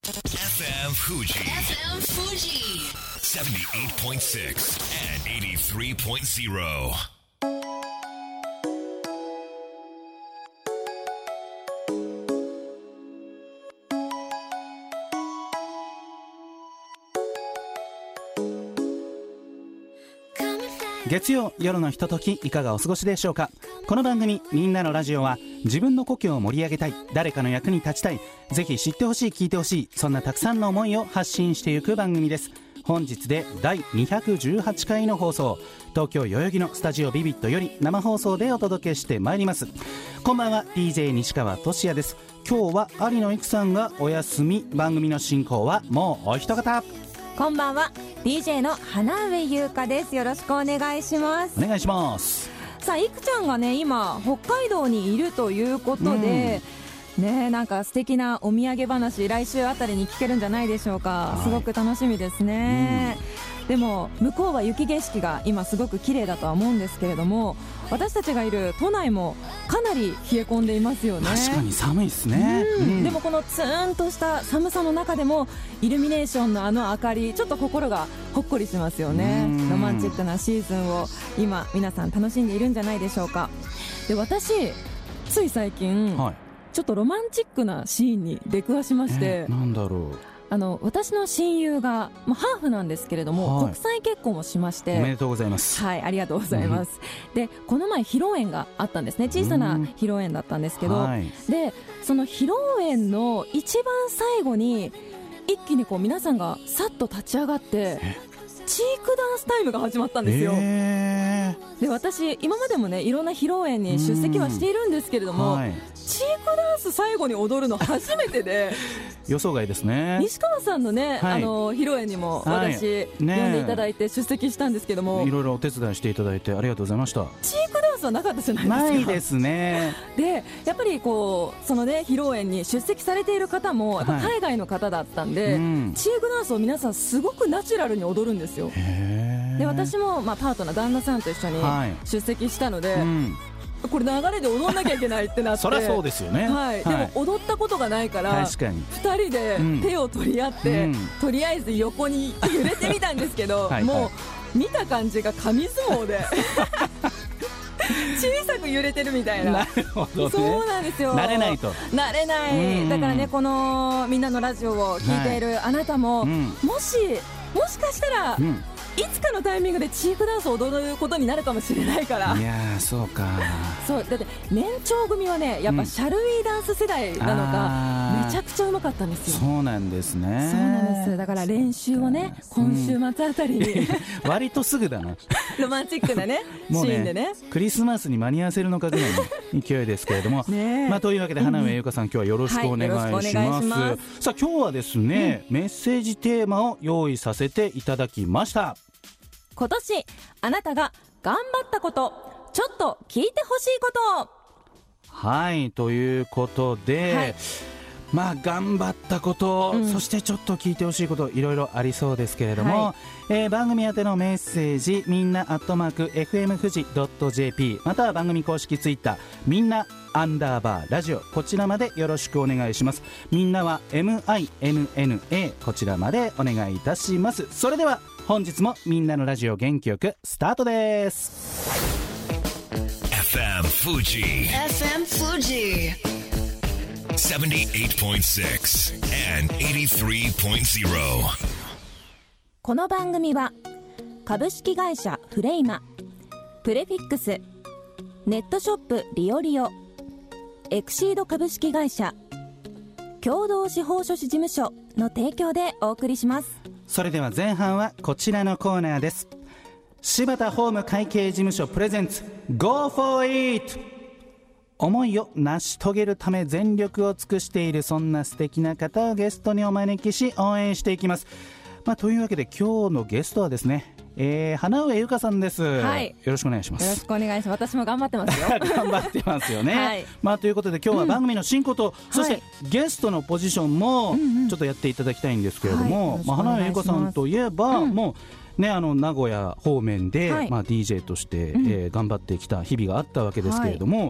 FM Fuji 78.6 and 83.0 月曜夜のひとときいかがお過ごしでしょうか。この番組みんなのラジオは自分の故郷を盛り上げたい、誰かの役に立ちたい、ぜひ知ってほしい、聞いてほしい、そんなたくさんの思いを発信していく番組です。本日で第218回の放送、東京代々木のスタジオビビットより生放送でお届けしてまいります。こんばんは、 DJ 西川俊也です。今日は有野いくさんがお休み、番組の進行はもうお一方。 こんばんは、 DJ の花上優香です。よろしくお願いします。 お願いします。 さあ、いくちゃんがね今北海道にいるということで、ね、なんか素敵なお土産話来週あたりに聞けるんじゃないでしょうか。すごく楽しみですね。でも向こうは雪景色が今すごく綺麗だとは思うんですけれども、私たちがいる都内もかなり冷え込んでいますよね。 確かに寒いですね。 でもこのツーンとした寒さの中でもイルミネーションのあの明かり、ちょっと心がほっこりしますよね。ロマンチックなシーズンを今皆さん楽しんでいるんじゃないでしょうか。で、私つい最近、ちょっとロマンチックなシーンに出くわしまして、 なんだろう。 私の親友が、ハーフなんですけれども、国際結婚をしまして。 おめでとうございます。 はい、ありがとうございます。で、この前披露宴があったんですね。小さな披露宴だったんですけど、でその披露宴の一番最後に一気にこう皆さんがさっと立ち上がってチークダンスタイムが始まったんですよ。で、私今までもねいろんな披露宴に出席はしているんですけれども、チークダンス最後に踊るの初めてで予想外ですね。 西川さんのね、披露宴にも私、呼んでいただいて出席したんですけども、 いろいろお手伝いしていただいてありがとうございました。 チークダンスはなかったじゃないですか。 ないですね。 で、やっぱりこうそのね披露宴に出席されている方もやっぱ海外の方だったんで、チークダンスを皆さんすごくナチュラルに踊るんですよ。で、私も、パートナー旦那さんと一緒に出席したので、これ流れで踊んなきゃいけないってなってそりゃそうですよね。 でも踊ったことがないから確かに 2人で手を取り合って、とりあえず横に揺れてみたんですけどもう見た感じが紙相撲で小さく揺れてるみたいな。 なるほどね。 そうなんですよ。慣れないと慣れない。だからね、このみんなのラジオを聞いているあなたも、もしかしたら、いつかのタイミングでチークダンスを踊ることになるかもしれないから。 いやー、そうか。 そうだって年長組はねやっぱシャルウィーダンス世代なのか、めちゃくちゃうまかったんですよ。 そうなんですね。 そうなんです。だから練習をね今週末あたりに、 割とすぐだな。 ロマンチックなねシーンでね、 クリスマスに間に合わせるのかぐらいの勢いですけれどもというわけで花上優香さん、今日はよろしくお願いします。さあ、今日はですね、メッセージテーマを用意させていただきました。 今年あなたが頑張ったこと、ちょっと聞いてほしいこと。 はい、ということで、頑張ったこと、そしてちょっと聞いてほしいこと、いろいろありそうですけれども、番組宛てのメッセージ、みんな@fmfuji.jp、 または番組公式ツイッターみんな_ラジオ、こちらまでよろしくお願いします。みんなは MINNA、 こちらまでお願いいたします。それでは本日もみんなのラジオ元気よくスタートです。 FM Fuji 78.6 and 83.0。 この番組は株式会社フレイマ、プレフィックス、ネットショップリオリオ、エクシード株式会社、共同司法書士事務所の提供でお送りします。 それでは前半はこちらのコーナーです。柴田法務会計事務所プレゼンツ Go for it。 思いを成し遂げるため全力を尽くしている、そんな素敵な方をゲストにお招きし応援していきます。というわけで今日のゲストはですね、花上優香さんです、よろしくお願いします。 よろしくお願いします。私も頑張ってますよ。 頑張ってますよね、ということで今日は番組の進行と、そしてゲストのポジションもちょっとやっていただきたいんですけれども、花上優香さんといえば、もうね、名古屋方面で、DJ として、頑張ってきた日々があったわけですけれども、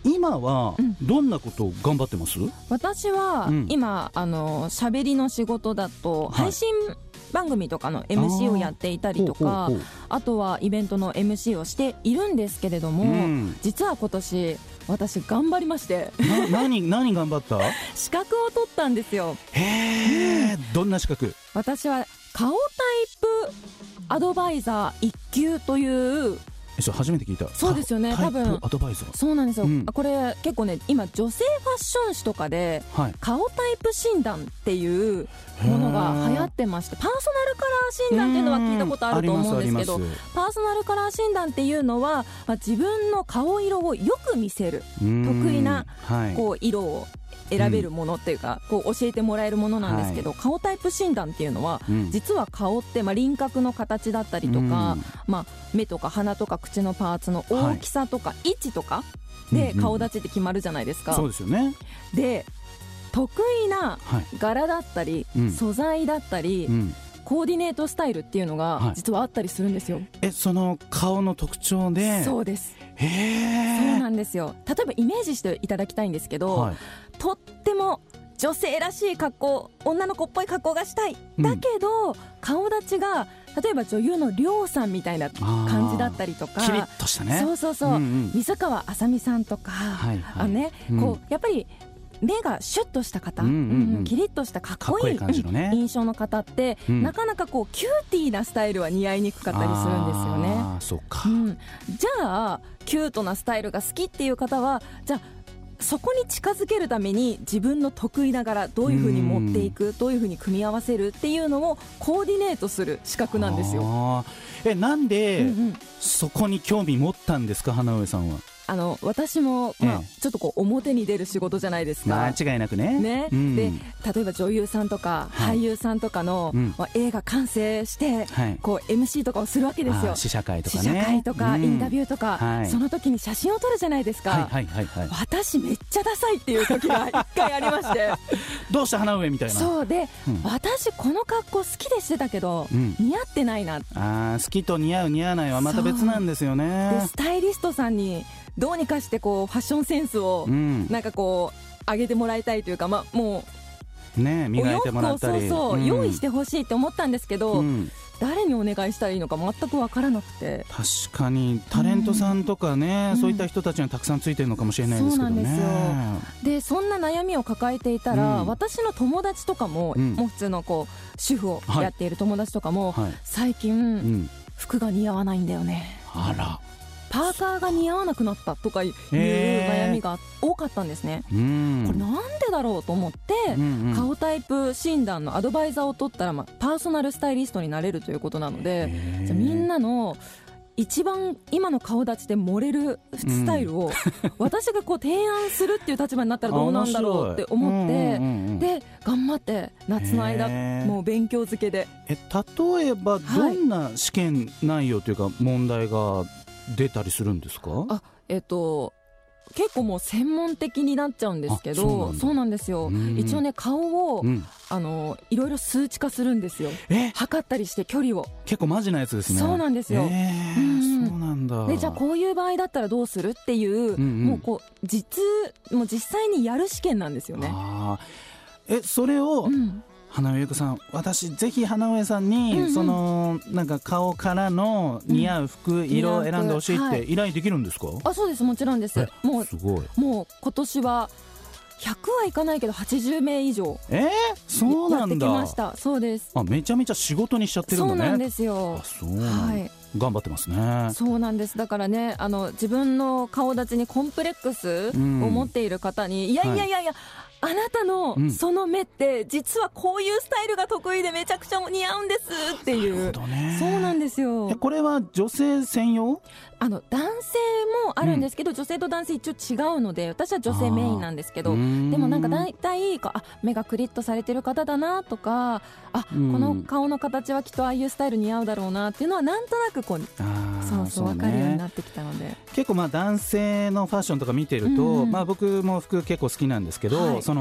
今はどんなことを頑張ってます？ 私は今喋りの仕事だと配信番組とかの MC をやっていたりとか、あとはイベントの MC をしているんですけれども、実は今年私頑張りまして。 何頑張った？ 資格を取ったんですよ。 へー、どんな資格？ 私は顔タイプアドバイザー1級という。 初めて聞いた。 そうですよね、多分アドバイザー。 そうなんですよ、これ結構ね、今女性ファッション誌とかで、顔タイプ診断っていうものが流行ってまして、パーソナルカラー診断っていうのは聞いたことあると思うんですけど、パーソナルカラー診断っていうのは、自分の顔色をよく見せる得意なこう色を選べるものっていうか、こう教えてもらえるものなんですけど、顔タイプ診断っていうのは、実は顔って、輪郭の形だったりとか、目とか鼻とか口のパーツの大きさとか位置とかで顔立ちって決まるじゃないですか。 そうですよね。 で、得意な柄だったり、素材だったり、コーディネートスタイルっていうのが実はあったりするんですよ。 その顔の特徴で。 そうです。 へー。 そうなんですよ。例えばイメージしていただきたいんですけど、とっても女性らしい格好、女の子っぽい格好がしたい、だけど顔立ちが例えば女優のりょうさんみたいな感じだったりとか、 キリッとしたね。 そう、水川あさみさんとか、こうやっぱり目がシュッとした方、キリッとしたかっこいい感じのね、 印象の方って、なかなかこうキューティーなスタイルは似合いにくかったりするんですよね。 そうか。 じゃあキュートなスタイルが好きっていう方は、じゃあそこに近づけるために自分の得意な柄どういう風に持っていく、どういう風に組み合わせるっていうのをコーディネートする資格なんですよ。 なんでそこに興味持ったんですか、花上さんは？ 私も、ちょっとこう表に出る仕事じゃないですか。 間違いなくね。 で、例えば女優さんとか俳優さんとかの、映画完成して、こう MC とかをするわけですよ。 試写会とかね。 試写会とか、インタビューとか、その時に写真を撮るじゃないですか。私めっちゃダサいっていう時が一回ありまして。 どうした花上みたいな。 そうで、私この格好好きでしてたけど、似合ってないな。 好きと似合う似合わないはまた別なんですよね。 で、スタイリストさんにどうにかしてこうファッションセンスをなんかこう上げてもらいたいというか、もうね、磨いてもらったり、 用意してほしいって思ったんですけど、誰にお願いしたらいいのか全く分からなくて。 確かにタレントさんとかね、そういった人たちにたくさんついてるのかもしれないですけどね。そうなんですよ。で、そんな悩みを抱えていたら、私の友達とかも、もう普通のこう主婦をやっている友達とかも、最近、服が似合わないんだよね。 あら。 パーカーが似合わなくなったとかいう悩みが多かったんですね。これなんでだろうと思って、顔タイプ診断のアドバイザーを取ったら、パーソナルスタイリストになれるということなので、じゃみんなの一番今の顔立ちで盛れるスタイルを私がこう提案するっていう立場になったらどうなんだろうって思って、で頑張って夏の間もう勉強漬けで。 例えばどんな試験内容というか問題が出たりするんですか？ 結構もう専門的になっちゃうんですけど。そうなんですよ。一応ね、顔を、いろいろ数値化するんですよ。測ったりして距離を。 結構マジなやつですね。 そうなんですよ。 そうなんだ。 で、じゃあこういう場合だったらどうするっていう、もうこうもう実際にやる試験なんですよね。 それを、花上優子さん、私ぜひ花上さんに、そのなんか顔からの似合う服、色を選んでほしいって依頼できるんですか？ そうです、もちろんです。もうすごい。 もう今年は100はいかないけど80名以上そうなんだ。 やってきました。そうです。 めちゃめちゃ仕事にしちゃってるんだね。 そうなんですよ。 頑張ってますね。 そうなんです。だからね、自分の顔立ちにコンプレックスを持っている方に、いやあなたのその目って実はこういうスタイルが得意でめちゃくちゃ似合うんですっていう。そうなんですよ。 これは女性専用？ 男性もあるんですけど、女性と男性一応違うので、私は女性メインなんですけど、でもなんか大体目がクリッとされてる方だなとか、この顔の形はきっとああいうスタイル似合うだろうなっていうのはなんとなくこうそう分かるようになってきたので。 結構男性のファッションとか見てると、僕も服結構好きなんですけど、その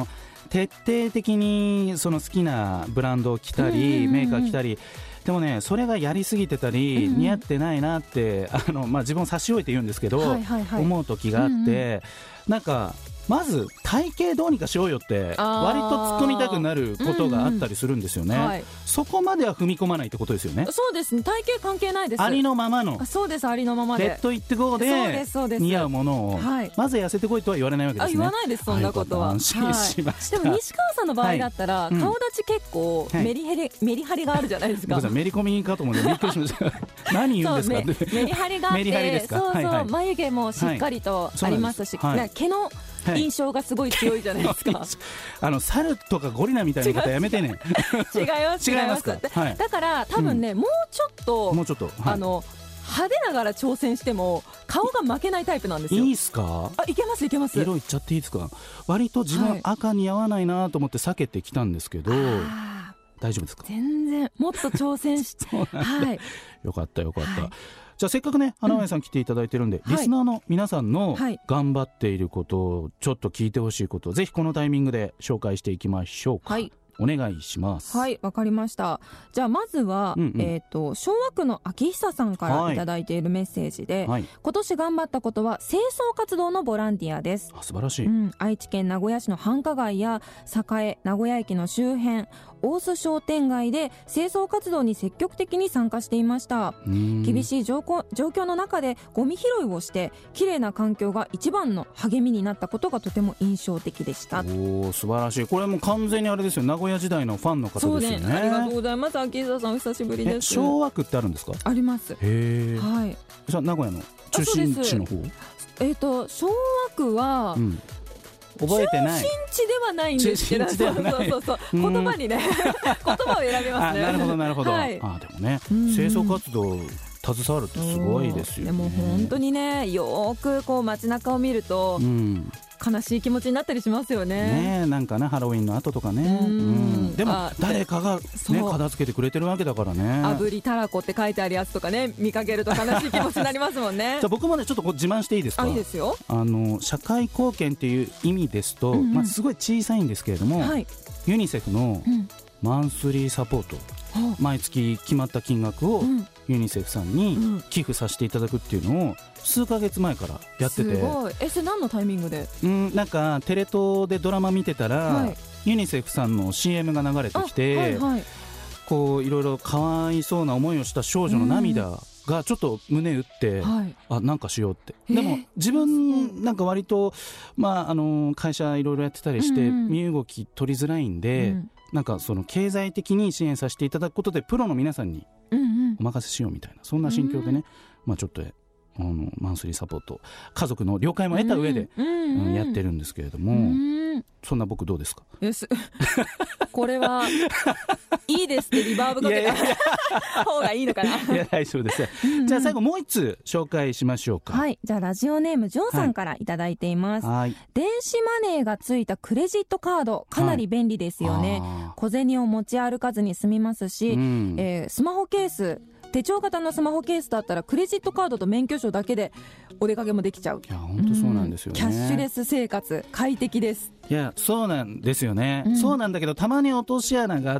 徹底的にその好きなブランドを着たり、メーカー着たり、でもねそれがやりすぎてたり、似合ってないなって自分を差し置いて言うんですけど、思う時があって、なんかまず体型どうにかしようよって割と突っ込みたくなることがあったりするんですよね、そこまでは踏み込まないってことですよね。 そうですね、体型関係ないです。 ありのままの、 そうです、ありのままでレッドイットゴーで似合うものを、まず痩せてこいとは言われないわけですね。 言わないです、そんなことは。 安心しました。 でも西川さんの場合だったら、顔立ち結構メリハリがあるじゃないですか。 メリコミかと思ってびっくりしました何言うんですかって。 メリハリがあって、そう眉毛もしっかりとありますし、毛の印象がすごい強いじゃないですか。 猿とかゴリラみたいな言い方やめてね。 違いますか。だから多分ね、もうちょっと派手ながら挑戦しても顔が負けないタイプなんですよ。 いいっすか。 いけますいけます。 色いっちゃっていいですか。割と自分赤似合わないなと思って避けてきたんですけど、大丈夫ですか。 全然もっと挑戦してよかった。じゃあせっかくね花上さん来ていただいてるんで、リスナーの皆さんの頑張っていることをちょっと聞いてほしいことをぜひこのタイミングで紹介していきましょうか。お願いします。 はい、わかりました。じゃあまずは、昭和区の秋久さんからいただいているメッセージで、今年頑張ったことは清掃活動のボランティアです。 素晴らしい、 愛知県名古屋市の繁華街や栄名古屋駅の周辺、大須商店街で清掃活動に積極的に参加していました。厳しい状況の中でゴミ拾いをして綺麗な環境が一番の励みになったことがとても印象的でした。 素晴らしい。これも完全にあれですよ、名古屋時代のファンの方ですよね。 ありがとうございます。秋澤さんお久しぶりです。 昭和区ってあるんですか。 あります。 へー。じゃあ名古屋の中心地の方。 昭和区は、 覚えてない。 中心地ではないんですけど、そう言葉にね言葉を選びますね。 なるほどなるほど。でもね、清掃活動携わるってすごいですよね。 でも本当にね、よくこう街中を見ると、悲しい気持ちになったりしますよね。 なんかね、ハロウィンの後とかね。でも誰かがね片付けてくれてるわけだからね。 炙りたらこって書いてあるやつとかね、見かけると悲しい気持ちになりますもんね。 じゃあ僕もねちょっと自慢していいですか。 いいですよ。 社会貢献っていう意味ですと、すごい小さいんですけれども、ユニセフのマンスリーサポート、毎月決まった金額をユニセフさんに寄付させていただくっていうのを数ヶ月前からやってて。 すごい。それ何のタイミングで。 なんかテレ東でドラマ見てたら、ユニセフさんの CM が流れてきて、こういろいろかわいそうな思いをした少女の涙がちょっと胸打って、なんかしようって。でも自分なんか割と、会社いろいろやってたりして身動き取りづらいんで、なんかその経済的に支援させていただくことでプロの皆さんにお任せしようみたいな、そんな心境でね、ちょっとマンスリーサポート家族の了解も得た上でやってるんですけれども、そんな僕どうですか。 これはいいですってリバーブかけた方がいいのかな。 いや大丈夫です。じゃあ最後もう一通紹介しましょうか。 じゃあラジオネームジョーさんからいただいています。電子マネーがついたクレジットカードかなり便利ですよね。小銭を持ち歩かずに済みますし、スマホケース、手帳型のスマホケースだったらクレジットカードと免許証だけでお出かけもできちゃう。 いや本当そうなんですよね。 キャッシュレス生活快適です。 いやそうなんですよね、そうなんだけどたまに落とし穴があって、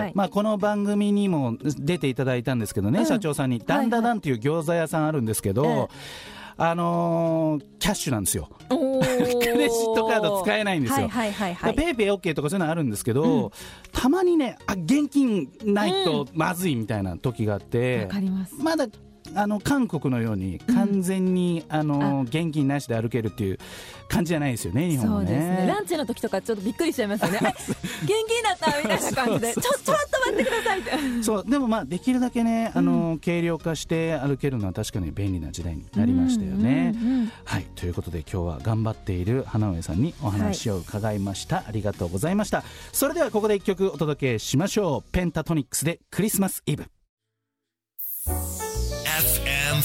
この番組にも出ていただいたんですけどね、社長さんにダンダダンっていう餃子屋さんあるんですけど、キャッシュなんですよ。クレジットカード使えないんですよ。ペイペイ OK とかそういうのあるんですけど、たまにね現金ないとまずいみたいな時があって、 わかります。 まだ韓国のように完全に、現金なしで歩けるっていう感じじゃないですよね、日本はね。 そうですね。ランチの時とかちょっとびっくりしちゃいますよね。現金だったみたいな感じでちょっと待ってくださいって。そうでもできるだけね軽量化して歩けるのは確かに便利な時代になりましたよね。ということで今日は頑張っている花上さんにお話を伺いました。ありがとうございました。それではここで一曲お届けしましょう。ペンタトニックスでクリスマスイブ。 FM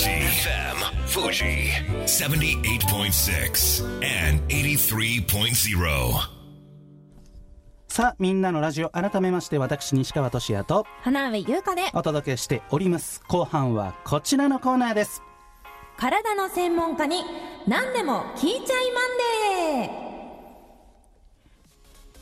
Fuji 78.6 and 83.0。 さあみんなのラジオ、改めまして私西川俊也と花上優香でお届けしております。後半はこちらのコーナーです。 体の専門家に何でも聞いちゃいマンデー。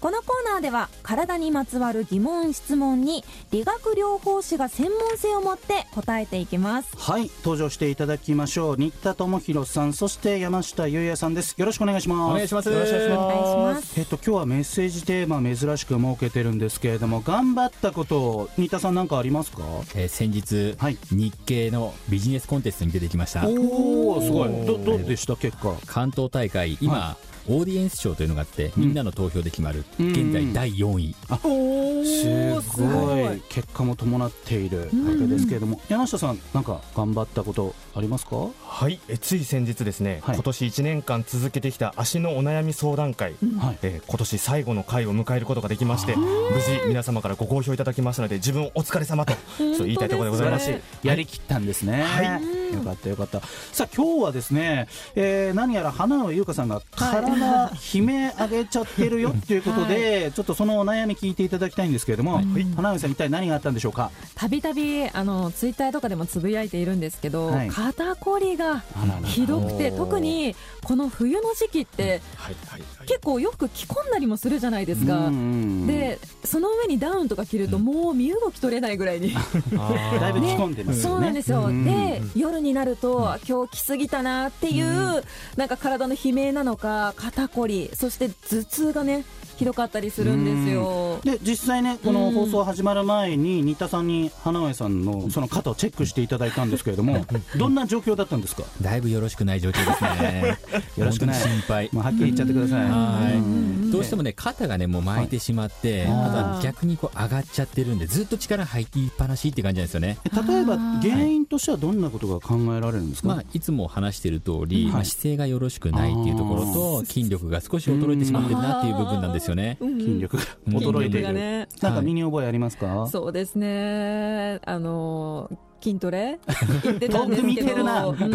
このコーナーでは体にまつわる疑問質問に理学療法士が専門性を持って答えていきます。 はい、登場していただきましょう。新田智弘さん、そして山下優也さんです。よろしくお願いします。 お願いします。 よろしくお願いします。 今日はメッセージテーマ珍しく設けてるんですけれども、頑張ったこと新田さん何かありますか？ 先日、 はい、 日経のビジネスコンテストに出てきました。 おー、すごい。どうでした結果？ 関東大会今、はい、オーディエンス賞というのがあって、みんなの投票で決まる、現在第4位。 すごい結果も伴っているわけですけれども、山下さんなんか頑張ったことありますか？ はい、つい先日ですね、 はい、 今年1年間続けてきた足のお悩み相談会、今年最後の回を迎えることができまして、無事皆様からご好評いただきましたので、自分お疲れ様とそう言いたいところでございます。 やりきったんですね。 はい、 よかったよかった。さあ今日はですね、何やら花上優香さんが体悲鳴上げちゃってるよっていうことで、はい、ちょっとそのお悩み聞いていただきたいんですけれども、花上さん一体何があったんでしょうか？ たびたびツイッターとかでもつぶやいているんですけど、 はい、 肩こりがひどくて、特にこの冬の時期って、結構よく着込んだりもするじゃないですか。でその上にダウンとか着るともう身動き取れないぐらいにだいぶ着込んでますよね。 そうなんですよ。で夜になると今日着すぎたなっていう、なんか体の悲鳴なのか肩こり、そして頭痛がねひどかったりするんですよ。 で実際ねこの放送始まる前に新田さんに花上さんのその肩をチェックしていただいたんですけれどもどんな状況だったんですか？ だいぶよろしくない状況ですね。 よろしくない、 心配。 はっきり言っちゃってください。 はい、どうしてもね肩がねもう巻いてしまって、あとは逆にこう上がっちゃってるんで、ずっと力入っていっぱなしって感じなんですよね。 例えば原因としてはどんなことが考えられるんですか？ いつも話している通り、姿勢がよろしくないっていうところと、筋力が少し衰えてしまってるなっていう部分なんですよね。 筋力が衰えている、 ね、 なんか身に覚えありますか？ そうですね、筋トレ行ってたんですけど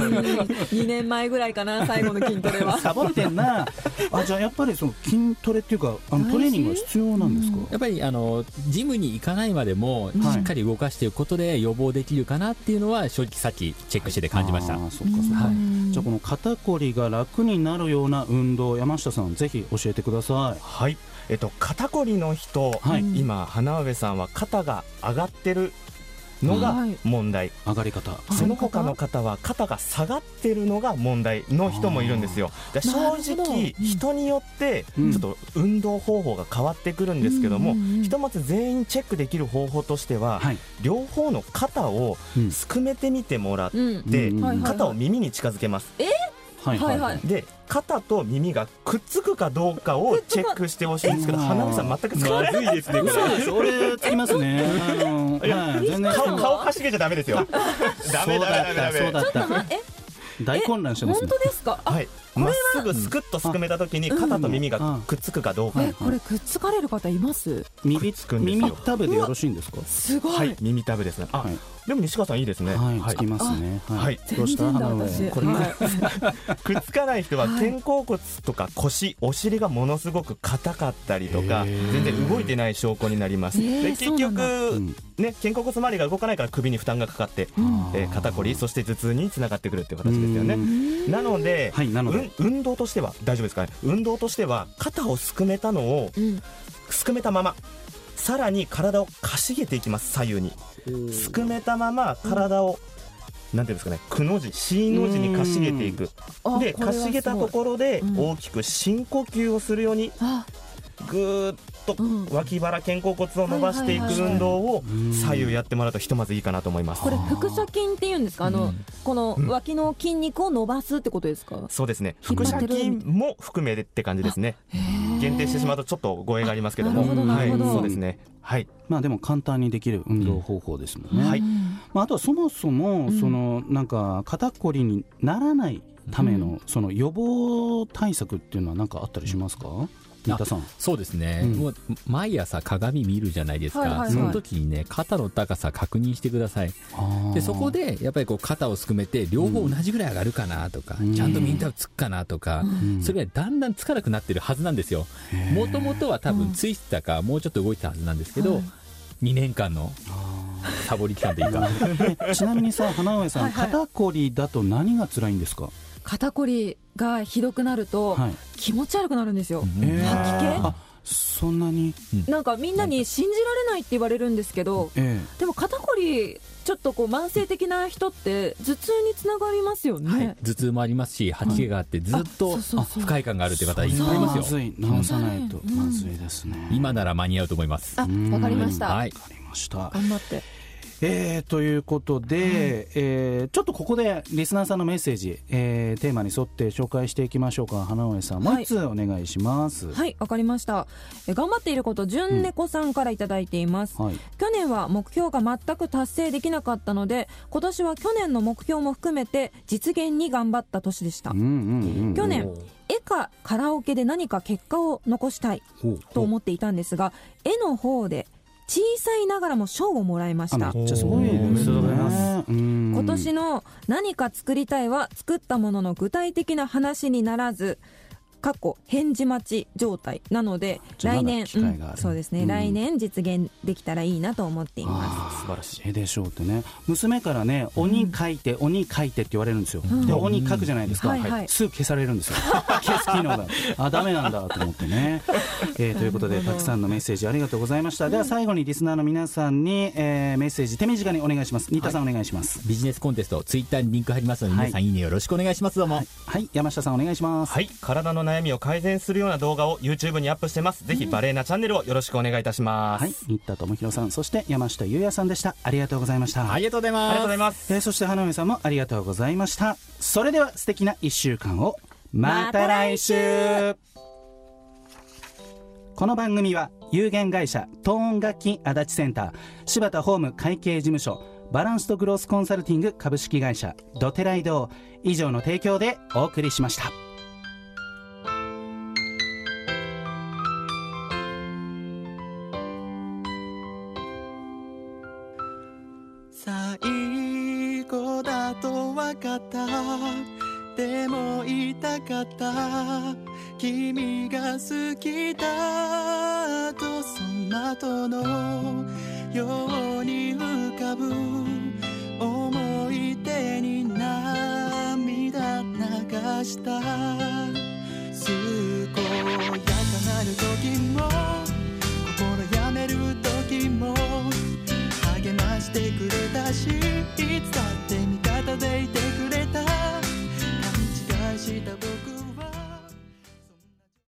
2年前ぐらいかな、最後の筋トレはサボってんなじゃあやっぱりその筋トレっていうかトレーニングは必要なんですか？ やっぱりジムに行かないまでもしっかり動かしていくことで予防できるかなっていうのは正直さっきチェックしてて感じました。 そうかそうか、じゃあこの肩こりが楽になるような運動、山下さんぜひ教えてください。 はい、肩こりの人、今花上さんは肩が上がってるのが問題、 上がり方。 その他の方は肩が下がってるのが問題の人もいるんですよ。で正直人によってちょっと運動方法が変わってくるんですけども、ひとまず全員チェックできる方法としては、両方の肩をすくめてみてもらって、肩を耳に近づけます。で肩と耳がくっつくかどうかをチェックしてほしいんですけど、花見さん全くつかない。まずいですね。 そうです、俺つきますね。全然顔かしげちゃダメですよ。ダメ。 そうだった。大混乱してますね。 本当ですか？ はい、まっすぐすくっとすくめた時に肩と耳がくっつくかどうか。 これくっつかれる方います？ 耳たぶでよろしいんですか？ すごい。 はい、耳たぶですね。でも西川さんいいですね。 つきますね。 どうした花上？ これくっつかない人は肩甲骨とか腰、お尻がものすごく硬かったりとか、全然動いてない証拠になります。で結局ね、肩甲骨周りが動かないから首に負担がかかって、肩こり、そして頭痛につながってくるっていう形ですよね。なので運動としては大丈夫ですかね。運動としては肩をすくめたのをすくめたままさらに体をかしげていきます。左右にすくめたまま体をなんていうんですかね、くの字 C の字にかしげていく。でかしげたところで大きく深呼吸をするようにぐーっと脇腹肩甲骨を伸ばしていく運動を左右やってもらうとひとまずいいかなと思います。 これ腹斜筋っていうんですか？この脇の筋肉を伸ばすってことですか？ そうですね、腹斜筋も含めって感じですね。限定してしまうとちょっと語彙がありますけども、そうですね。 でも簡単にできる運動方法ですもんね。あとはそもそもそのなんか肩こりにならないためのその予防対策っていうのは何かあったりしますか？新田さん。 そうですね、もう毎朝鏡見るじゃないですか。その時にね肩の高さ確認してください。でそこでやっぱりこう肩をすくめて両方同じぐらい上がるかなとか、ちゃんとミンタをつくかなとか、それがだんだんつかなくなってるはずなんですよ。もともとは多分ついてたかもうちょっと動いてたはずなんですけど、2年間のサボり期間でいいかちなみにさ、花上さん、肩こりだと何が辛いんですか？ 肩こりがひどくなると気持ち悪くなるんですよ。吐き気。 そんなに、 なんかみんなに信じられないって言われるんですけど、でも肩こりちょっとこう慢性的な人って頭痛につながりますよね、 はい、頭痛もありますし吐き気があってずっと不快感があるという方いっぱいいますよ。 直さないとまずいですね、 今なら間に合うと思います。 わかりました、 はい、 わかりました。 頑張ってということで、ちょっとここでリスナーさんのメッセージ、テーマに沿って紹介していきましょうか。花上さん、もう一つお願いします。 はい、わかりました。頑張っていること、純猫さんからいただいています、去年は目標が全く達成できなかったので、今年は去年の目標も含めて実現に頑張った年でした。去年絵かカラオケで何か結果を残したいと思っていたんですが、絵の方で小さいながらも賞をもらいました。 めっちゃすごいですね。おめでとうございます。 今年の何か作りたいは作ったものの具体的な話にならず、過去返事待ち状態なので、来年、そうですね、来年実現できたらいいなと思っています。 素晴らしい。 絵でしょうってね、娘からね、鬼描いて、鬼描いてって言われるんですよ。で鬼描くじゃないですか、すぐ消されるんですよ。消す機能がダメなんだと思ってね。ということで、たくさんのメッセージありがとうございました。では最後にリスナーの皆さんに、メッセージ手短にお願いします。新田さん、お願いします。 ビジネスコンテストツイッターにリンク入りますので、皆さんいいねよろしくお願いします。どうも。 はい、山下さんお願いします。 はい、体の悩みを改善するような動画を YouTube にアップしてます。ぜひバレーナチャンネルをよろしくお願いいたします。 はい、新田智弘さん、そして山下優也さんでした。ありがとうございました。 ありがとうございます。 ありがとうございます。 そして花上さんもありがとうございました。それでは素敵な1週間を。また来週。この番組は有限会社トーン楽器足立センター、柴田ホーム会計事務所、バランスとグロースコンサルティング株式会社、ドテライド以上の提供でお送りしました。 最後だと分かった、でも言いたかった、君が好きだとその後のように浮かぶ思い出に涙流した。健やかなる時も心やめる時も励ましてくれたし、いつだ